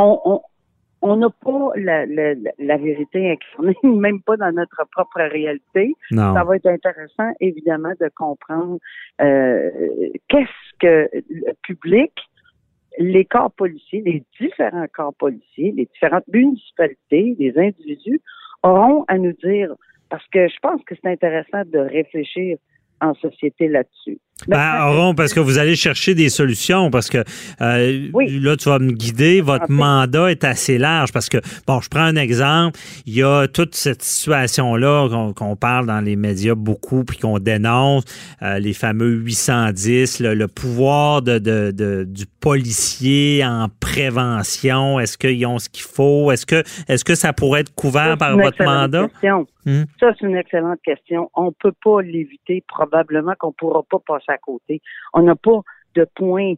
On n'a pas la vérité incarnée, même pas dans notre propre réalité. Non. Ça va être intéressant, évidemment, de comprendre qu'est-ce que le public, les corps policiers, les différents corps policiers, les différentes municipalités, les individus auront à nous dire, parce que je pense que c'est intéressant de réfléchir en société là-dessus. Auront, parce que vous allez chercher des solutions, parce que là, tu vas me guider, votre mandat est assez large, parce que, je prends un exemple, il y a toute cette situation-là qu'on parle dans les médias beaucoup, puis qu'on dénonce, les fameux 810, le pouvoir du policier en prévention, est-ce qu'ils ont ce qu'il faut? Est-ce que ça pourrait être couvert par votre mandat? Ça, c'est une excellente question. On ne peut pas l'éviter. Probablement qu'on ne pourra pas passer à côté. On n'a pas de point.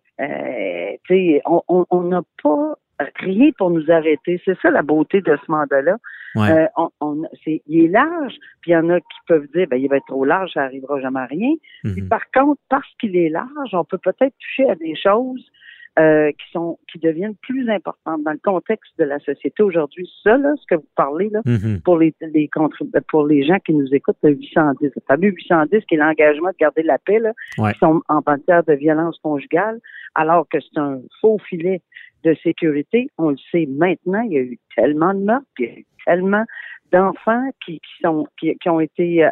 On n'a pas rien pour nous arrêter. C'est ça la beauté de ce mandat-là. Ouais. Il est large, puis il y en a qui peuvent dire il va être trop large, ça n'arrivera jamais à rien. Puis, par contre, parce qu'il est large, on peut peut-être toucher à des choses qui deviennent plus importantes dans le contexte de la société aujourd'hui. Ça, là, ce que vous parlez, là, pour les gens qui nous écoutent, le 810, le fameux 810 qui est l'engagement de garder la paix, là, qui sont en matière de violence conjugale, alors que c'est un faux filet de sécurité. On le sait maintenant, il y a eu tellement de meurtres, il y a eu tellement d'enfants qui ont été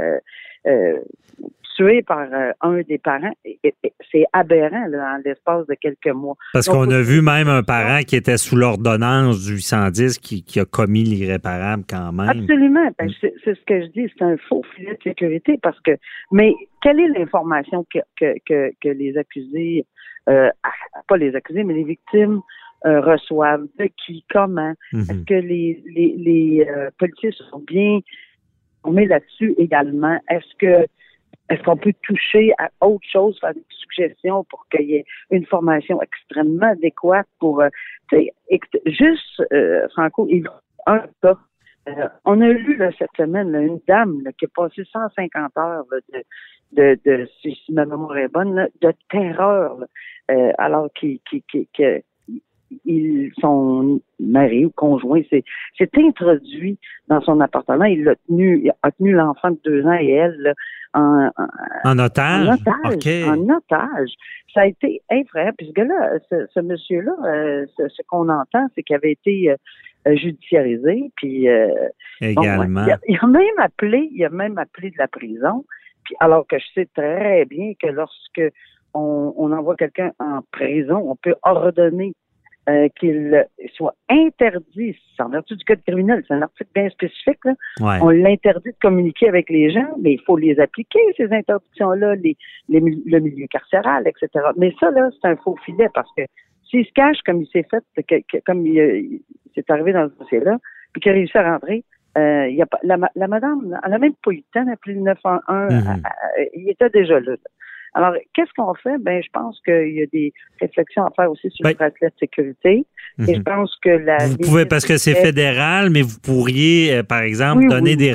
tués par un des parents. C'est aberrant là, en l'espace de quelques mois. Parce qu'on a vu même un parent qui était sous l'ordonnance du 810 qui a commis l'irréparable quand même. Absolument. C'est ce que je dis, c'est un faux filet de sécurité mais quelle est l'information que les accusés, pas les accusés, mais les victimes reçoivent, de qui, comment. Est-ce que les policiers se sont bien formés là-dessus également? Est-ce qu'on peut toucher à autre chose, faire des suggestions pour qu'il y ait une formation extrêmement adéquate pour, Franco, un cas. On a lu là, cette semaine là, une dame là, qui a passé 150 heures là, si ma mémoire est bonne, là, de terreur, là, alors son mari ou conjoint s'est introduit dans son appartement. Il a tenu l'enfant de 2 ans et elle là, en otage. Okay. En otage. Ça a été effrayant. Puis ce gars-là, ce monsieur-là, ce qu'on entend, c'est qu'il avait été judiciarisé. Puis également. Bon, il a même appelé de la prison. Puis alors que je sais très bien que lorsque on envoie quelqu'un en prison, on peut ordonner qu'il soit interdit, c'est en vertu du code criminel, c'est un article bien spécifique, là. Ouais. On l'interdit de communiquer avec les gens, mais il faut les appliquer, ces interdictions-là, le milieu carcéral, etc. Mais ça, là, c'est un faux filet, parce que s'il se cache comme il s'est fait, comme il s'est arrivé dans ce dossier-là, puis qu'il a réussi à rentrer, y a pas, la madame, elle n'a même pas eu le temps d'appeler le 911, il était déjà là. Alors, qu'est-ce qu'on fait? Ben, je pense qu'il y a des réflexions à faire aussi sur le bracelet de sécurité. Et je pense que vous pouvez, parce que c'est fédéral, mais vous pourriez, par exemple, donner des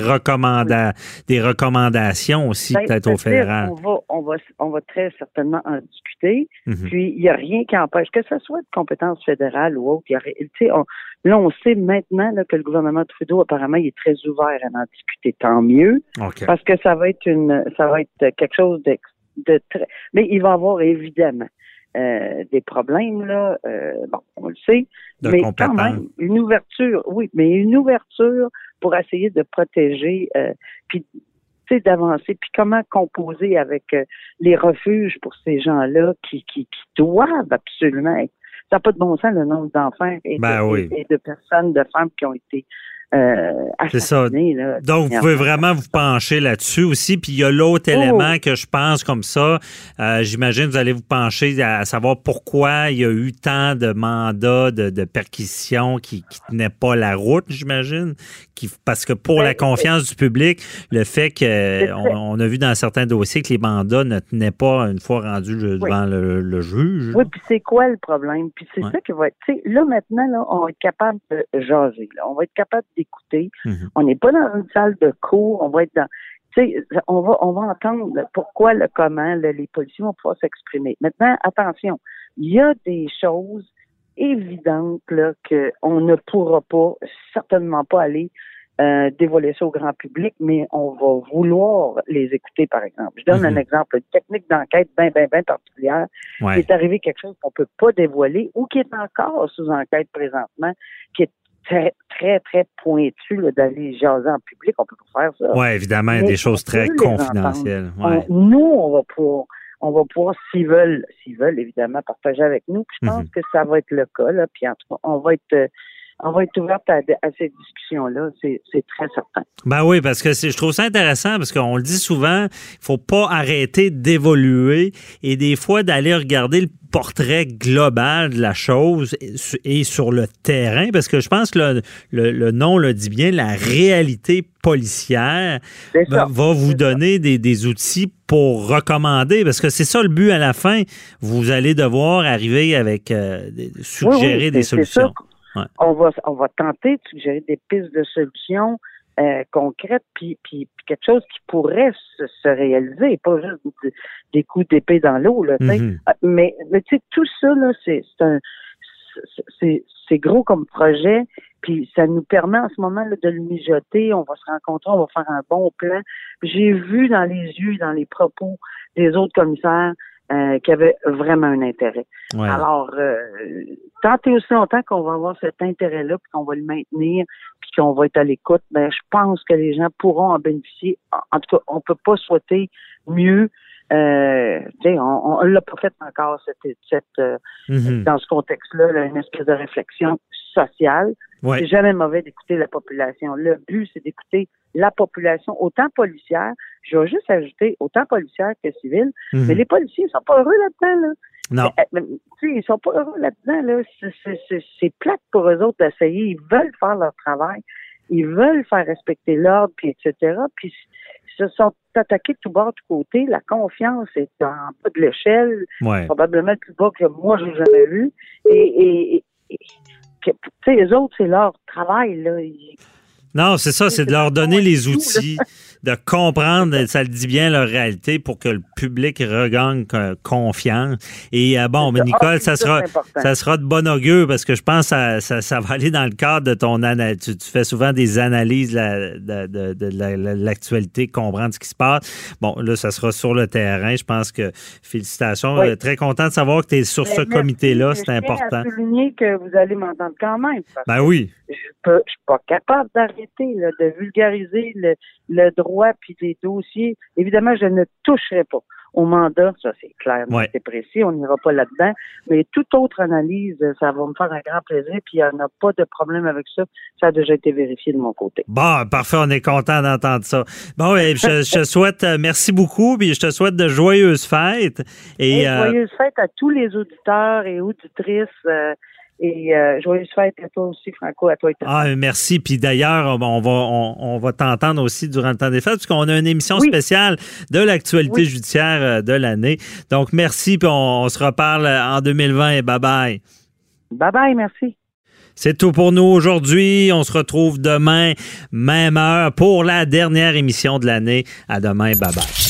recommandations aussi, peut-être au fédéral. On va très certainement en discuter. Puis, il n'y a rien qui empêche que ce soit de compétence fédérale ou autre. On sait maintenant là, que le gouvernement Trudeau, apparemment, il est très ouvert à en discuter. Tant mieux. Okay. Parce que ça va être quelque chose de très... Mais il va y avoir évidemment des problèmes, là. On le sait. Mais quand même, une ouverture pour essayer de protéger, puis d'avancer, puis comment composer avec les refuges pour ces gens-là qui doivent absolument être... Ça n'a pas de bon sens, le nombre d'enfants et de personnes, de femmes qui ont été c'est ça. Là, donc, vous pouvez vraiment vous pencher là-dessus aussi. Puis, il y a l'autre élément que je pense comme ça. J'imagine que vous allez vous pencher à savoir pourquoi il y a eu tant de mandats de perquisition qui tenaient pas la route, j'imagine. Parce que pour la confiance du public, le fait qu'on a vu dans certains dossiers que les mandats ne tenaient pas une fois rendus devant le juge. Oui, puis c'est quoi le problème? Puis c'est ça qui va être... Là, maintenant, là, on va être capable de jaser. Là. On va être capable d'écouter. On n'est pas dans une salle de cours. On va être dans... on va entendre pourquoi, le comment, les policiers vont pouvoir s'exprimer. Maintenant, attention, il y a des choses évidentes là, qu'on ne pourra pas, certainement pas aller dévoiler ça au grand public, mais on va vouloir les écouter, par exemple. Je donne un exemple, une technique d'enquête bien particulière. Il est arrivé quelque chose qu'on peut pas dévoiler ou qui est encore sous enquête présentement, qui est très, très, très pointu là, d'aller jaser en public. On peut pas faire ça. Oui, évidemment, il y a des choses très confidentielles. Nous, on va pouvoir, s'ils veulent évidemment partager avec nous. Puis je pense que ça va être le cas. Là. Puis en tout cas, on va être ouverte à ces discussions-là, c'est très certain. Ben oui, parce que je trouve ça intéressant, parce qu'on le dit souvent, il faut pas arrêter d'évoluer et des fois d'aller regarder le portrait global de la chose et sur le terrain, parce que je pense que le nom le dit bien, la réalité policière va vous donner des outils pour recommander, parce que c'est ça le but à la fin. Vous allez devoir arriver avec suggérer des solutions. Ouais. On va tenter de suggérer des pistes de solutions concrètes, puis quelque chose qui pourrait se réaliser, pas juste des coups d'épée dans l'eau, là. Mais tu sais, tout ça là, c'est gros comme projet, puis ça nous permet en ce moment là, de le mijoter. On va se rencontrer, on va faire un bon plan. J'ai vu dans les yeux, dans les propos des autres commissaires qui avait vraiment un intérêt. Ouais. Alors, tant et aussi longtemps qu'on va avoir cet intérêt-là, puis qu'on va le maintenir, puis qu'on va être à l'écoute, ben je pense que les gens pourront en bénéficier. En tout cas, on peut pas souhaiter mieux. On l'a pas fait encore dans ce contexte-là, là, une espèce de réflexion sociale. Ouais. C'est jamais mauvais d'écouter la population. Le but, c'est d'écouter la population, autant policière, je vais juste ajouter, autant policière que civile, mais les policiers sont pas heureux là-dedans, là. Non. Ils sont pas heureux là-dedans, là. C'est plate pour eux autres d'essayer. Ils veulent faire leur travail. Ils veulent faire respecter l'ordre, puis etc. Puis ils se sont attaqués de tout bord, de tout côté. La confiance est en bas de l'échelle. Ouais. Probablement plus bas que moi, j'ai jamais vu. Et tu sais, les autres, c'est leur travail, là. Non, c'est ça, c'est de leur donner les outils, de comprendre, ça le dit bien, leur réalité pour que le public regagne confiance. Et mais Nicole, ça sera de bon augure parce que je pense que ça va aller dans le cadre de ton analyse. Tu fais souvent des analyses de l'actualité, comprendre ce qui se passe. Bon, là, ça sera sur le terrain. Je pense que, félicitations. Oui. Très content de savoir que tu es sur ce comité-là. C'est important. Je tiens à souligner que vous allez m'entendre quand même. Ben oui. Je suis pas capable d'arrêter là, de vulgariser le droit puis les dossiers. Évidemment, je ne toucherai pas au mandat, ça c'est clair, c'est précis, on n'ira pas là-dedans, mais toute autre analyse, ça va me faire un grand plaisir, puis il n'y en a pas de problème avec ça, ça a déjà été vérifié de mon côté. Bon, parfait, on est content d'entendre ça. Bon, je te souhaite, merci beaucoup, puis je te souhaite de joyeuses fêtes. Et joyeuses fêtes à tous les auditeurs et auditrices, et joyeuses fêtes à toi aussi, Franco, à toi et toi. Ah, merci. Puis d'ailleurs, on va t'entendre aussi durant le temps des fêtes, puisqu'on a une émission spéciale de l'actualité judiciaire de l'année. Donc, merci, puis on se reparle en 2020 et bye-bye. Bye-bye, merci. C'est tout pour nous aujourd'hui. On se retrouve demain, même heure, pour la dernière émission de l'année. À demain, bye-bye.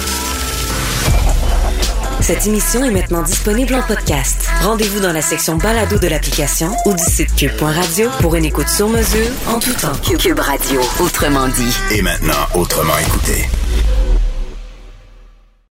Cette émission est maintenant disponible en podcast. Rendez-vous dans la section balado de l'application ou du site cube.radio pour une écoute sur mesure en tout temps. Cube Radio, autrement dit. Et maintenant, autrement écouté.